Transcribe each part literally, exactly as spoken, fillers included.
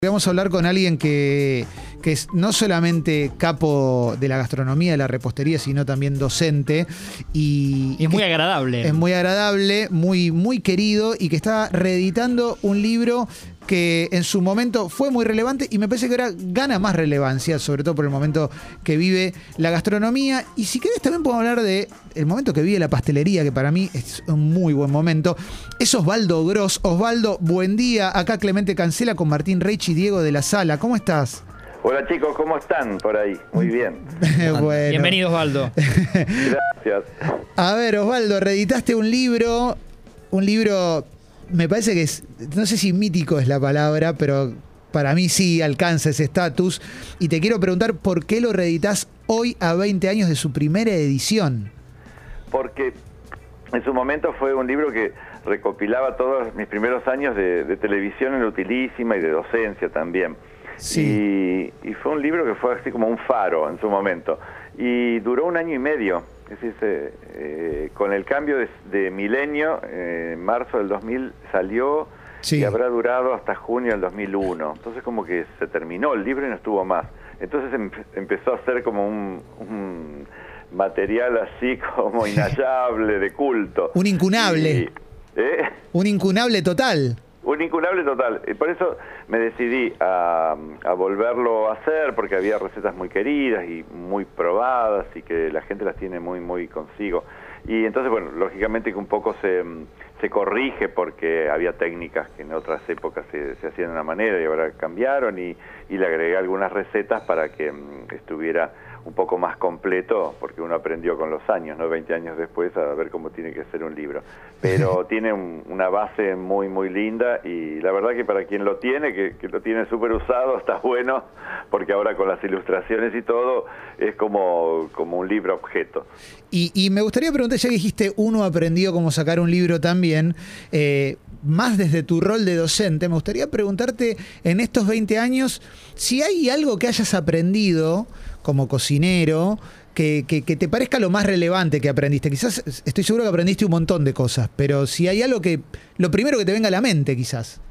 Vamos a hablar con alguien que, que es no solamente capo de la gastronomía, de la repostería, sino también docente. Y, y es muy agradable. Es muy agradable, muy, muy querido y que está reeditando un libro que en su momento fue muy relevante y me parece que ahora gana más relevancia, sobre todo por el momento que vive la gastronomía. Y si querés también podemos hablar de el momento que vive la pastelería, que para mí es un muy buen momento. Es Osvaldo Gross. Osvaldo, buen día. Acá Clemente Cancela con Martín Reich y Diego de la Sala. ¿Cómo estás? Hola chicos, ¿cómo están por ahí? Muy bien. Bueno. Bienvenido, Osvaldo. Gracias. A ver, Osvaldo, reeditaste un libro, un libro, me parece que es, no sé si mítico es la palabra, pero para mí sí alcanza ese estatus. Y te quiero preguntar, ¿por qué lo reeditás hoy a veinte años de su primera edición? Porque en su momento fue un libro que recopilaba todos mis primeros años de, de televisión en Utilísima y de docencia también. Sí. Y, y fue un libro que fue así como un faro en su momento. Y duró un año y medio. Es decir, eh, eh, con el cambio de, de milenio, eh, en marzo del dos mil salió, sí, y habrá durado hasta junio del dos mil uno. Entonces como que se terminó el libro y no estuvo más. Entonces em, empezó a ser como un, un material así como inhallable, de culto. Un incunable. Y, ¿eh? Un incunable total. Un incunable total. Y por eso me decidí a, a volverlo a hacer, porque había recetas muy queridas y muy probadas y que la gente las tiene muy, muy consigo. Y entonces, bueno, lógicamente que un poco se, se corrige porque había técnicas que en otras épocas se, se hacían de una manera y ahora cambiaron y, y le agregué algunas recetas para que um, estuviera un poco más completo, porque uno aprendió con los años, ¿no? veinte años después, a ver cómo tiene que ser un libro. Pero tiene un, una base muy, muy linda y la verdad que para quien lo tiene, que, que lo tiene súper usado, está bueno, porque ahora con las ilustraciones y todo, es como, como un libro objeto. Y, y me gustaría preguntar, ya que dijiste, uno aprendió cómo sacar un libro también, eh, más desde tu rol de docente, me gustaría preguntarte en estos veinte años, si hay algo que hayas aprendido como cocinero, que, que, que te parezca lo más relevante que aprendiste. Quizás, estoy seguro que aprendiste un montón de cosas, pero si hay algo que, lo primero que te venga a la mente, quizás.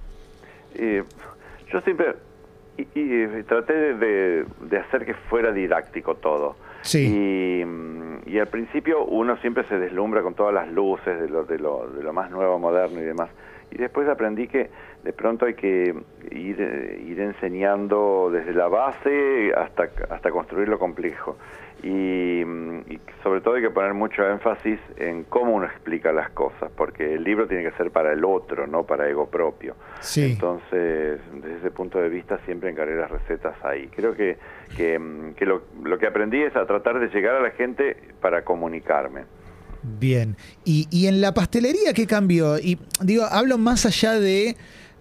Eh, yo siempre y, y, traté de, de, de hacer que fuera didáctico todo. Sí. Y, y al principio uno siempre se deslumbra con todas las luces de lo, de lo, de lo más nuevo, moderno y demás. Y después aprendí que de pronto hay que ir, ir enseñando desde la base hasta, hasta construir lo complejo. Y, y sobre todo hay que poner mucho énfasis en cómo uno explica las cosas, porque el libro tiene que ser para el otro, no para ego propio. Sí. Entonces, desde ese punto de vista siempre encaré las recetas ahí. Creo que, que, que lo, lo que aprendí es a tratar de llegar a la gente para comunicarme. Bien. Y, y en la pastelería, ¿qué cambió? Y digo, hablo más allá de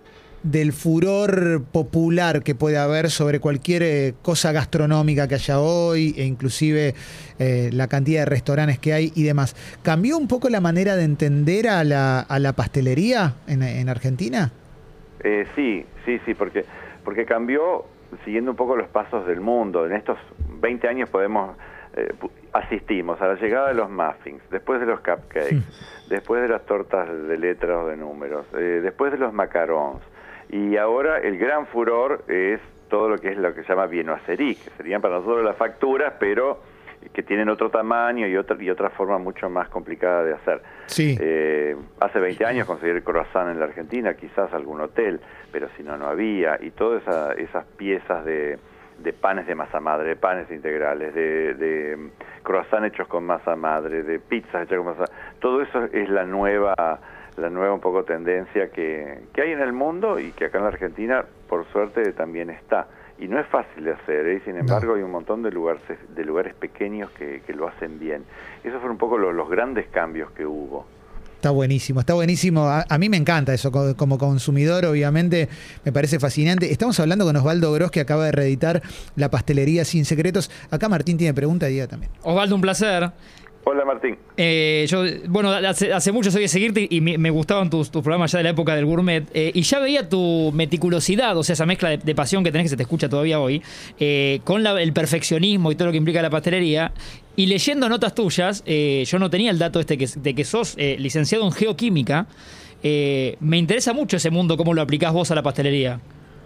del furor popular que puede haber sobre cualquier eh, cosa gastronómica que haya hoy, e inclusive eh, la cantidad de restaurantes que hay y demás. ¿Cambió un poco la manera de entender a la, a la pastelería en, en Argentina? Eh, sí, sí, sí, porque, porque cambió siguiendo un poco los pasos del mundo. En estos veinte años podemos... Eh, asistimos a la llegada de los muffins, después de los cupcakes, sí, después de las tortas de letras o de números, eh, después de los macarons, y ahora el gran furor es todo lo que es lo que se llama viennoiserie, que serían para nosotros las facturas, pero que tienen otro tamaño y otra y otra forma mucho más complicada de hacer. Sí. Eh, hace veinte años conseguir el croissant en la Argentina, quizás algún hotel, pero si no, no había, y todas esa, esas piezas de de panes de masa madre, de panes integrales, de, de croissant hechos con masa madre, de pizzas hechas con masa madre. Todo eso es la nueva, la nueva un poco tendencia que, que hay en el mundo y que acá en la Argentina, por suerte, también está. Y no es fácil de hacer, ¿eh? Sin embargo, no. Hay un montón de lugares, de lugares pequeños que, que lo hacen bien. Esos fueron un poco los, los grandes cambios que hubo. Está buenísimo, está buenísimo. A, a mí me encanta eso, como consumidor, obviamente, me parece fascinante. Estamos hablando con Osvaldo Gross, que acaba de reeditar La Pastelería Sin Secretos. Acá Martín tiene pregunta, Diego también. Osvaldo, un placer. Hola, Martín. Eh, yo, bueno, hace, hace mucho soy de seguirte y me, me gustaban tus, tus programas ya de la época del gourmet. Eh, y ya veía tu meticulosidad, o sea, esa mezcla de, de pasión que tenés, que se te escucha todavía hoy, eh, con la, el perfeccionismo y todo lo que implica la pastelería. Y leyendo notas tuyas, eh, yo no tenía el dato este que, de que sos eh, licenciado en geoquímica. Eh, me interesa mucho ese mundo, cómo lo aplicás vos a la pastelería.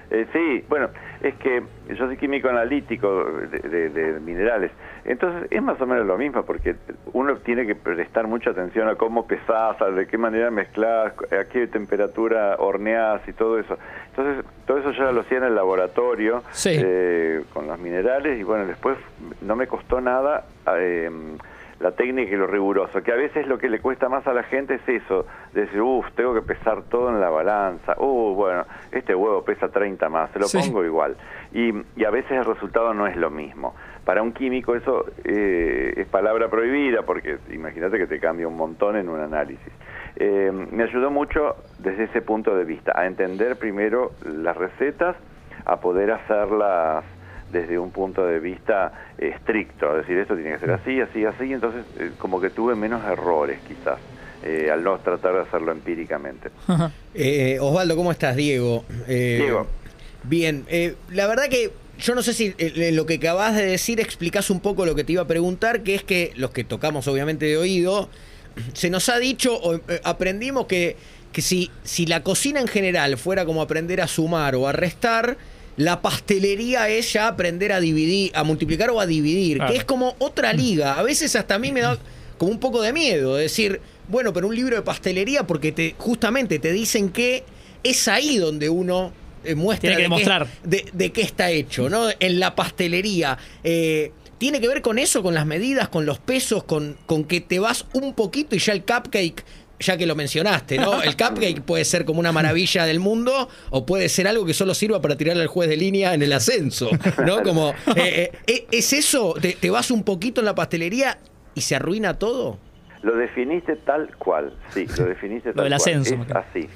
Eh, sí, bueno, es que yo soy químico analítico de, de, de minerales, entonces es más o menos lo mismo, porque uno tiene que prestar mucha atención a cómo pesás, de qué manera mezclás, a qué temperatura horneás y todo eso. Entonces, todo eso ya lo hacía en el laboratorio, sí. eh, con los minerales, y bueno, después no me costó nada eh, la técnica y lo riguroso, que a veces lo que le cuesta más a la gente es eso, de decir, uff, tengo que pesar todo en la balanza, uh, bueno, este huevo pesa treinta más, se lo sí. pongo igual, y, y a veces el resultado no es lo mismo. Para un químico eso eh, es palabra prohibida, porque imagínate que te cambia un montón en un análisis. Eh, me ayudó mucho desde ese punto de vista, a entender primero las recetas, a poder hacerlas desde un punto de vista eh, estricto, es decir, esto tiene que ser así, así, así, entonces eh, como que tuve menos errores quizás, eh, al no tratar de hacerlo empíricamente. eh, Osvaldo, ¿cómo estás? Diego. Eh, Diego. Bien, eh, la verdad que yo no sé si eh, lo que acabas de decir explicás un poco lo que te iba a preguntar, que es que los que tocamos obviamente de oído, se nos ha dicho, o, eh, aprendimos que, que si, si la cocina en general fuera como aprender a sumar o a restar, la pastelería es ya aprender a dividir, a multiplicar o a dividir, claro. Que es como otra liga. A veces hasta a mí me da como un poco de miedo, de decir, bueno, pero un libro de pastelería, porque te justamente te dicen que es ahí donde uno eh, muestra Tiene que de, demostrar. Qué, de, de qué está hecho, ¿no? En la pastelería. Eh, ¿Tiene que ver con eso, con las medidas, con los pesos, con, con que te vas un poquito y ya el cupcake... Ya que lo mencionaste, ¿no? El cupcake puede ser como una maravilla del mundo o puede ser algo que solo sirva para tirarle al juez de línea en el ascenso, ¿no? Como, eh, eh, ¿es eso? ¿Te, ¿Te vas un poquito en la pastelería y se arruina todo? Lo definiste tal cual, sí, lo definiste tal lo del cual. ascenso. Es así.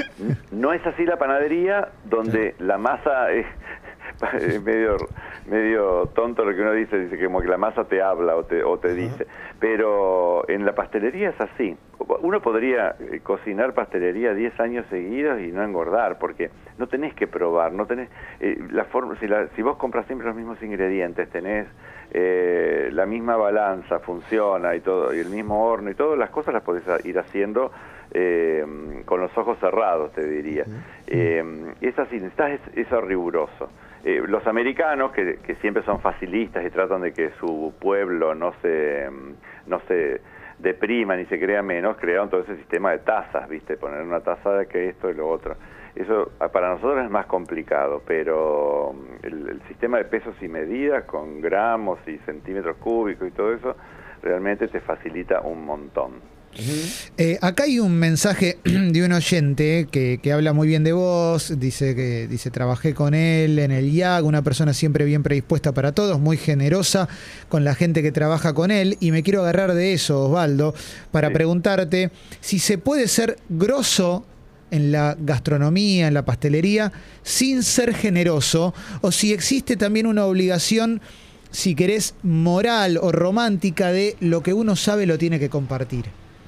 No es así la panadería, donde la masa es... Es medio, medio tonto lo que uno dice, dice que como que la masa te habla o te, o te dice, pero en la pastelería es así. Uno podría cocinar pastelería diez años seguidos y no engordar, porque no tenés que probar, no tenés eh, la forma, si, la, si vos compras siempre los mismos ingredientes, tenés eh, la misma balanza, funciona y todo, y el mismo horno y todas las cosas las podés ir haciendo eh, con los ojos cerrados, te diría. Eh, es así, necesitas eso riguroso. Eh, los americanos, que, que siempre son facilistas y tratan de que su pueblo no se, no se deprima ni se crea menos, crearon todo ese sistema de tazas, ¿viste? Poner una taza de que esto y lo otro. Eso para nosotros es más complicado, pero el, el sistema de pesos y medidas con gramos y centímetros cúbicos y todo eso realmente te facilita un montón. Eh, acá hay un mensaje de un oyente que, que habla muy bien de vos, dice que dice trabajé con él en el I A C, una persona siempre bien predispuesta para todos, muy generosa con la gente que trabaja con él, y me quiero agarrar de eso, Osvaldo, para sí. preguntarte si se puede ser grosso en la gastronomía, en la pastelería, sin ser generoso, o si existe también una obligación, si querés, moral o romántica de lo que uno sabe lo tiene que compartir.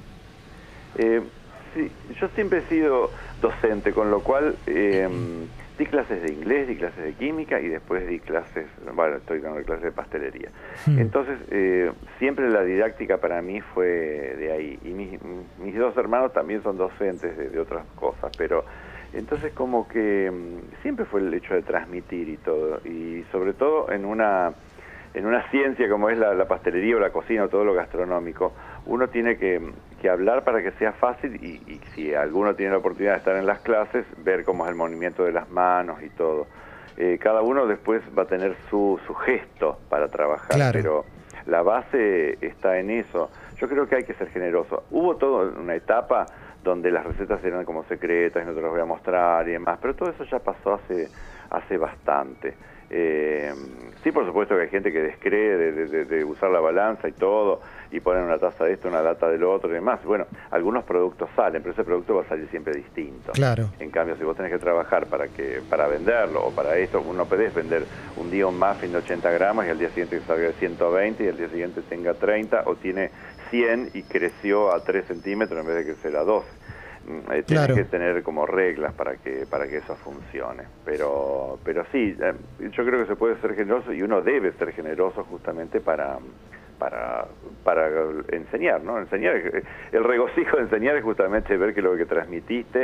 Eh, sí, yo siempre he sido docente, con lo cual eh, di clases de inglés, di clases de química y después di clases, bueno, estoy dando clases de pastelería. Hmm. Entonces, eh, siempre la didáctica para mí fue de ahí. Y mis, mis dos hermanos también son docentes de, de otras cosas, pero entonces como que siempre fue el hecho de transmitir y todo, y sobre todo en una... en una ciencia como es la, la pastelería o la cocina o todo lo gastronómico, uno tiene que, que hablar para que sea fácil y, y si alguno tiene la oportunidad de estar en las clases, ver cómo es el movimiento de las manos y todo. Eh, cada uno después va a tener su, su gesto para trabajar, claro. Pero la base está en eso. Yo creo que hay que ser generoso. Hubo toda una etapa donde las recetas eran como secretas y no te las voy a mostrar y demás, pero todo eso ya pasó hace, hace bastante. Eh, sí, por supuesto que hay gente que descree de, de, de usar la balanza y todo, y ponen una taza de esto, una lata del otro y demás. Bueno, algunos productos salen, pero ese producto va a salir siempre distinto. Claro. En cambio, si vos tenés que trabajar para que para venderlo o para esto, no podés vender un día un muffin de ochenta gramos y al día siguiente que salga de ciento veinte y al día siguiente tenga treinta o tiene cien y creció a tres centímetros en vez de que sea doce. Eh, tienes claro. que tener como reglas para que para que eso funcione, pero pero sí, eh, yo creo que se puede ser generoso y uno debe ser generoso justamente para para para enseñar, ¿no? Enseñar, el regocijo de enseñar es justamente ver que lo que transmitiste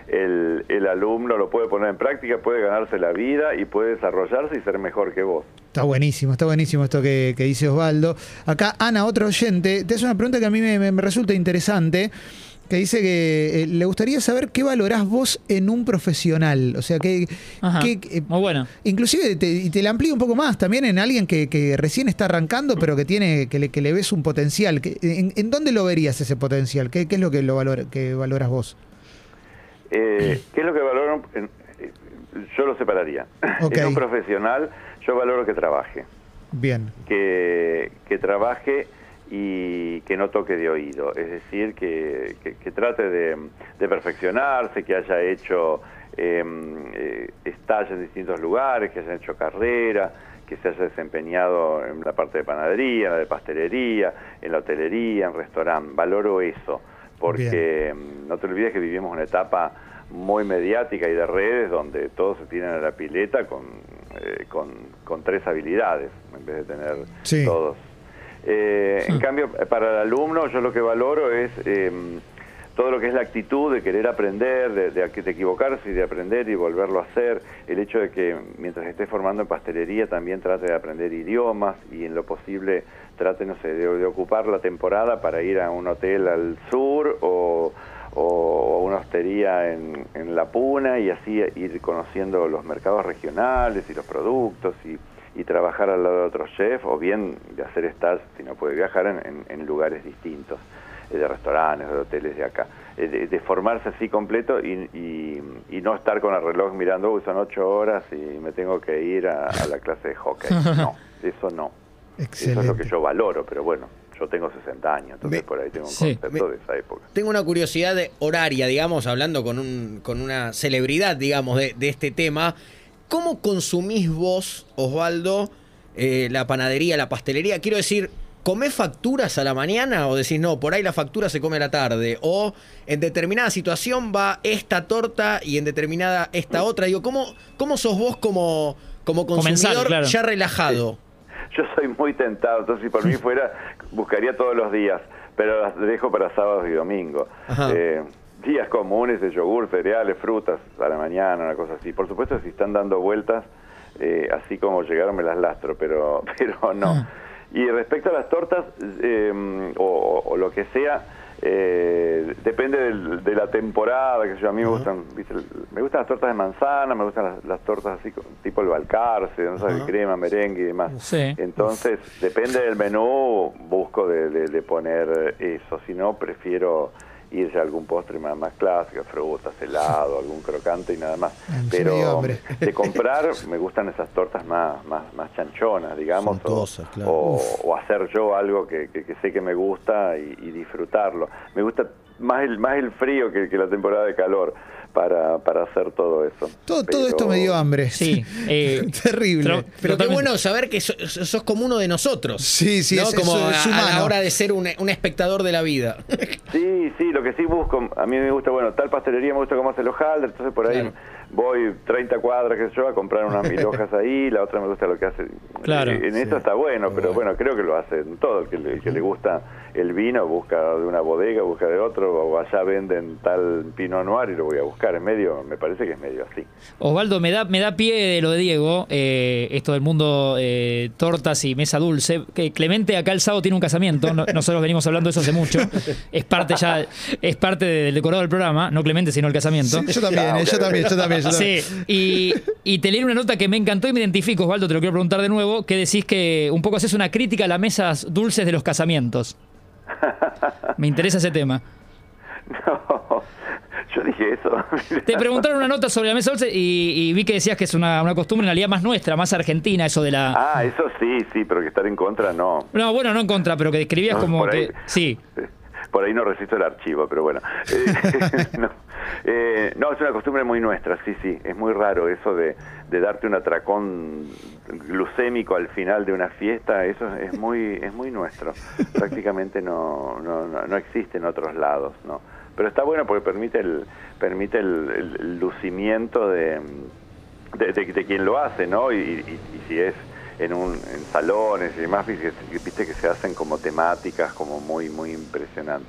el, el alumno lo puede poner en práctica, puede ganarse la vida y puede desarrollarse y ser mejor que vos. Está buenísimo, está buenísimo esto que, que dice Osvaldo. Acá Ana, otro oyente, te hace una pregunta que a mí me, me, me resulta interesante, que dice que eh, le gustaría saber qué valorás vos en un profesional. O sea, que... Ajá, que eh, muy bueno. Inclusive, te, y te la amplío un poco más, también en alguien que, que recién está arrancando, pero que tiene que le, que le ves un potencial. Que, en, ¿En dónde lo verías ese potencial? ¿Qué, qué es lo que, lo valor, que valoras vos? Eh, ¿Qué es lo que valoro? En, yo lo separaría. Okay. En un profesional, yo valoro que trabaje. Bien. Que, que trabaje y que no toque de oído. Es decir, que, que, que trate de, de perfeccionarse, que haya hecho eh, eh, estalles en distintos lugares, que haya hecho carrera, que se haya desempeñado en la parte de panadería, en la de pastelería, en la hotelería, en restaurante. Valoro eso, porque Bien. no te olvides que vivimos una etapa muy mediática y de redes donde todos se tiran a la pileta con, eh, con, con tres habilidades en vez de tener sí. todos. Eh, sí. En cambio, para el alumno yo lo que valoro es eh, todo lo que es la actitud de querer aprender, de, de, de equivocarse y de aprender y volverlo a hacer, el hecho de que mientras esté formando en pastelería también trate de aprender idiomas y en lo posible trate, no sé, de, de ocupar la temporada para ir a un hotel al sur o o una hostería en, en La Puna y así ir conociendo los mercados regionales y los productos y, y trabajar al lado de otros chefs o bien de hacer stage, si no puede viajar, en, en, en lugares distintos, eh, de restaurantes, de hoteles de acá, eh, de, de formarse así completo y, y, y no estar con el reloj mirando, uy, son ocho horas y me tengo que ir a, a la clase de hockey. No, eso no. Excelente. Eso es lo que yo valoro, pero bueno, yo tengo sesenta años, entonces me, por ahí tengo un sí, concepto me, de esa época. Tengo una curiosidad de horaria, digamos, hablando con un con una celebridad, digamos, de, de este tema. ¿Cómo consumís vos, Osvaldo, eh, la panadería, la pastelería? Quiero decir, ¿comés facturas a la mañana o decís, no, por ahí la factura se come a la tarde? O en determinada situación va esta torta y en determinada esta otra. Digo, ¿cómo, cómo sos vos como, como consumidor Comenzar, claro. ya relajado? Sí. Yo soy muy tentado, entonces si por mí fuera, buscaría todos los días, pero las dejo para sábados y domingos. Eh, días comunes de yogur, cereales, frutas a la mañana, una cosa así. Por supuesto, si están dando vueltas, eh, así como llegaron me las lastro, pero, pero no. Y respecto a las tortas, eh, o, o lo que sea, eh, depende del, de la temporada, que yo a mí me gustan, ¿viste? Me gustan las tortas de manzana, me gustan las, las tortas así tipo el Balcarce, no sabes, crema, merengue y demás. Sí. Entonces, depende del menú, busco de, de, de poner eso, si no, prefiero irse a algún postre más, más clásico, frutas, helado, algún crocante y nada más. Pero de comprar me gustan esas tortas más más, más chanchonas, digamos, Sontosas, o, claro. o, o hacer yo algo que, que, que sé que me gusta y, y disfrutarlo. Me gusta más el más el frío que, que la temporada de calor para, para hacer todo eso. Todo, pero... todo esto me dio hambre. Sí. Eh, Terrible. Pero, pero qué bueno saber que sos, sos como uno de nosotros. Sí, sí, ¿no? es, como es, es a, a la hora de ser un, un espectador de la vida. Sí, sí, lo que sí busco, a mí me gusta, bueno, tal pastelería me gusta cómo hace el hojaldre, entonces por ahí claro. voy treinta cuadras, que sé yo, a comprar unas mil hojas ahí, la otra me gusta lo que hace. Claro. En sí. eso está bueno, pero bueno, creo que lo hacen todo. El que, el que le gusta el vino busca de una bodega, busca de otro, o allá venden tal Pinot Noir y lo voy a buscar. En medio, me parece que es medio así. Osvaldo, me da, me da pie de lo de Diego, eh, esto del mundo eh, tortas y mesa dulce. Que Clemente acá el sábado tiene un casamiento, no, nosotros venimos hablando de eso hace mucho. Es parte ya, es parte del decorado del programa, no Clemente, sino el casamiento. Sí, yo también, ah, okay. yo también, yo también, yo también. Sí, y, y te leí una nota que me encantó y me identifico, Osvaldo, te lo quiero preguntar de nuevo, que decís que un poco haces una crítica a las mesas dulces de los casamientos. Me interesa ese tema. No, yo dije eso. Te preguntaron una nota sobre la mesa dulce y, y vi que decías que es una, una costumbre en realidad más nuestra, más argentina, eso de la... Ah, eso sí, sí, pero que estar en contra no. No, bueno, no en contra, pero que describías no, como que... Sí. Por ahí no resisto el archivo, pero bueno. Eh, no. Eh, no, es una costumbre muy nuestra, sí, sí. Es muy raro eso de, de darte un atracón glucémico al final de una fiesta. Eso es muy es muy nuestro. Prácticamente no, no, no, no existe en otros lados, ¿no? Pero está bueno porque permite el permite el, el, el lucimiento de, de, de, de quien lo hace, ¿no? Y, y, y si es en un en salones y demás, viste que se hacen como temáticas como muy muy impresionantes.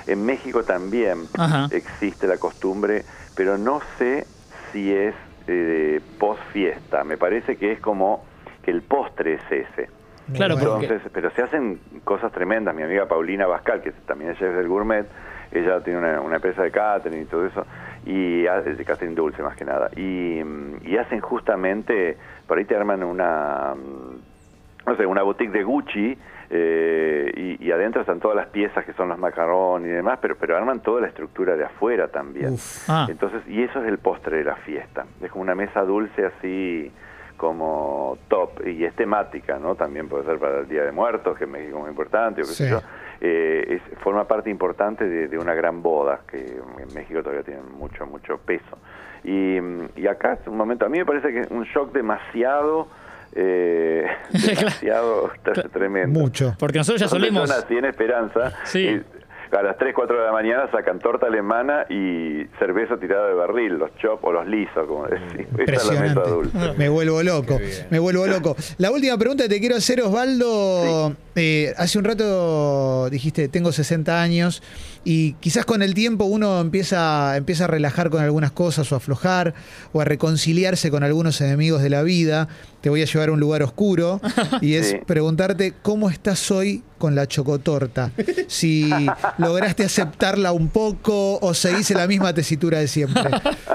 En México también Ajá. existe la costumbre, pero no sé si es eh, post fiesta. Me parece que es como que el postre es ese. Claro, porque- Entonces, pero se hacen cosas tremendas. Mi amiga Paulina Bascal, que también es chef del Gourmet, ella tiene una, una empresa de catering y todo eso, y ha- de catering dulce más que nada, y, y hacen justamente, por ahí te arman una, no sé, una boutique de Gucci, eh, y, y adentro están todas las piezas que son los macarrones y demás, pero pero arman toda la estructura de afuera también. Uf. Ah. Entonces, y eso es el postre de la fiesta. Es como una mesa dulce así como top, y es temática, ¿no? También puede ser para el Día de Muertos, que en México es muy importante, o qué Sí. sé yo. Eh, es, forma parte importante de, de una gran boda, que en México todavía tiene mucho, mucho peso. Y, y acá es un momento, a mí me parece que es un shock demasiado, eh, demasiado tre- tremendo. Mucho. Porque nosotros ya Donde solemos. Yo nací en Esperanza, Sí. y a las tres, cuatro de la mañana sacan torta alemana y cerveza tirada de barril, los chop o los lisos, como decís. Esa es la mesa dulce. Impresionante. Me vuelvo loco. Qué bien. Me vuelvo loco. La última pregunta que te quiero hacer, Osvaldo. Eh, hace un rato dijiste, tengo sesenta años y quizás con el tiempo uno empieza, empieza a relajar con algunas cosas o a aflojar o a reconciliarse con algunos enemigos de la vida. Te voy a llevar a un lugar oscuro y es Sí. preguntarte cómo estás hoy con la chocotorta. Si lograste aceptarla un poco o seguís en la misma tesitura de siempre.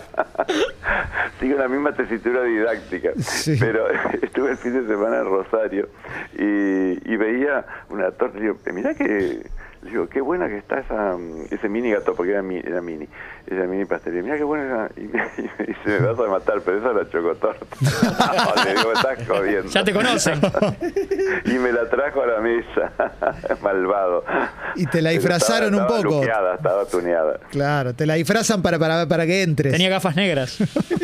Sigo la misma tesitura didáctica, Sí. pero estuve el fin de semana en Rosario y, y veía una torta y digo, mirá que, digo, qué buena que está esa, ese mini gato, porque era, mi, era mini, esa mini pastelería, mirá qué buena, y me, y me dice, me vas a matar, pero esa es la chocotorta. No, le digo, me estás jodiendo. Ya te conocen. Y me la trajo a la mesa, malvado. Y te la Pero disfrazaron estaba- un estaba poco. luqueada, estaba tuneada. Claro, te la disfrazan para, para, para que entres. Tenía gafas negras.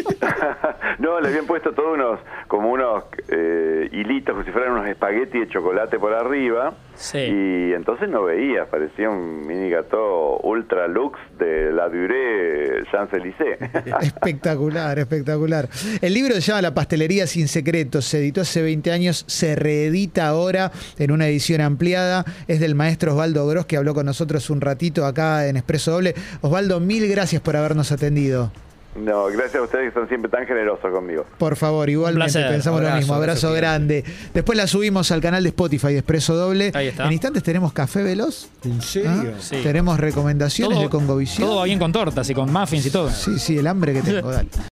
No, le habían puesto todos unos, como unos eh, hilitos, como si fueran unos espaguetis de chocolate por arriba. Sí. Y entonces no veía, parecía un mini gato ultra lux de la Durée Champs-Élysées. Espectacular, espectacular. El libro se llama La pastelería sin secretos, se editó hace veinte años, se reedita ahora en una edición ampliada, es del maestro Osvaldo Gross, que habló con nosotros un ratito acá en Expreso Doble. Osvaldo, mil gracias por habernos atendido. No, gracias a ustedes que son siempre tan generosos conmigo. Por favor, igualmente placer. pensamos lo Abrazo, mismo. Abrazo, abrazo grande. Después la subimos al canal de Spotify de Expreso Doble. Ahí está. En instantes tenemos Café Veloz. ¿En serio? ¿Ah? Sí. Tenemos recomendaciones de Congovisión. todo va bien con tortas y con muffins y todo. Sí, sí, el hambre que tengo, dale.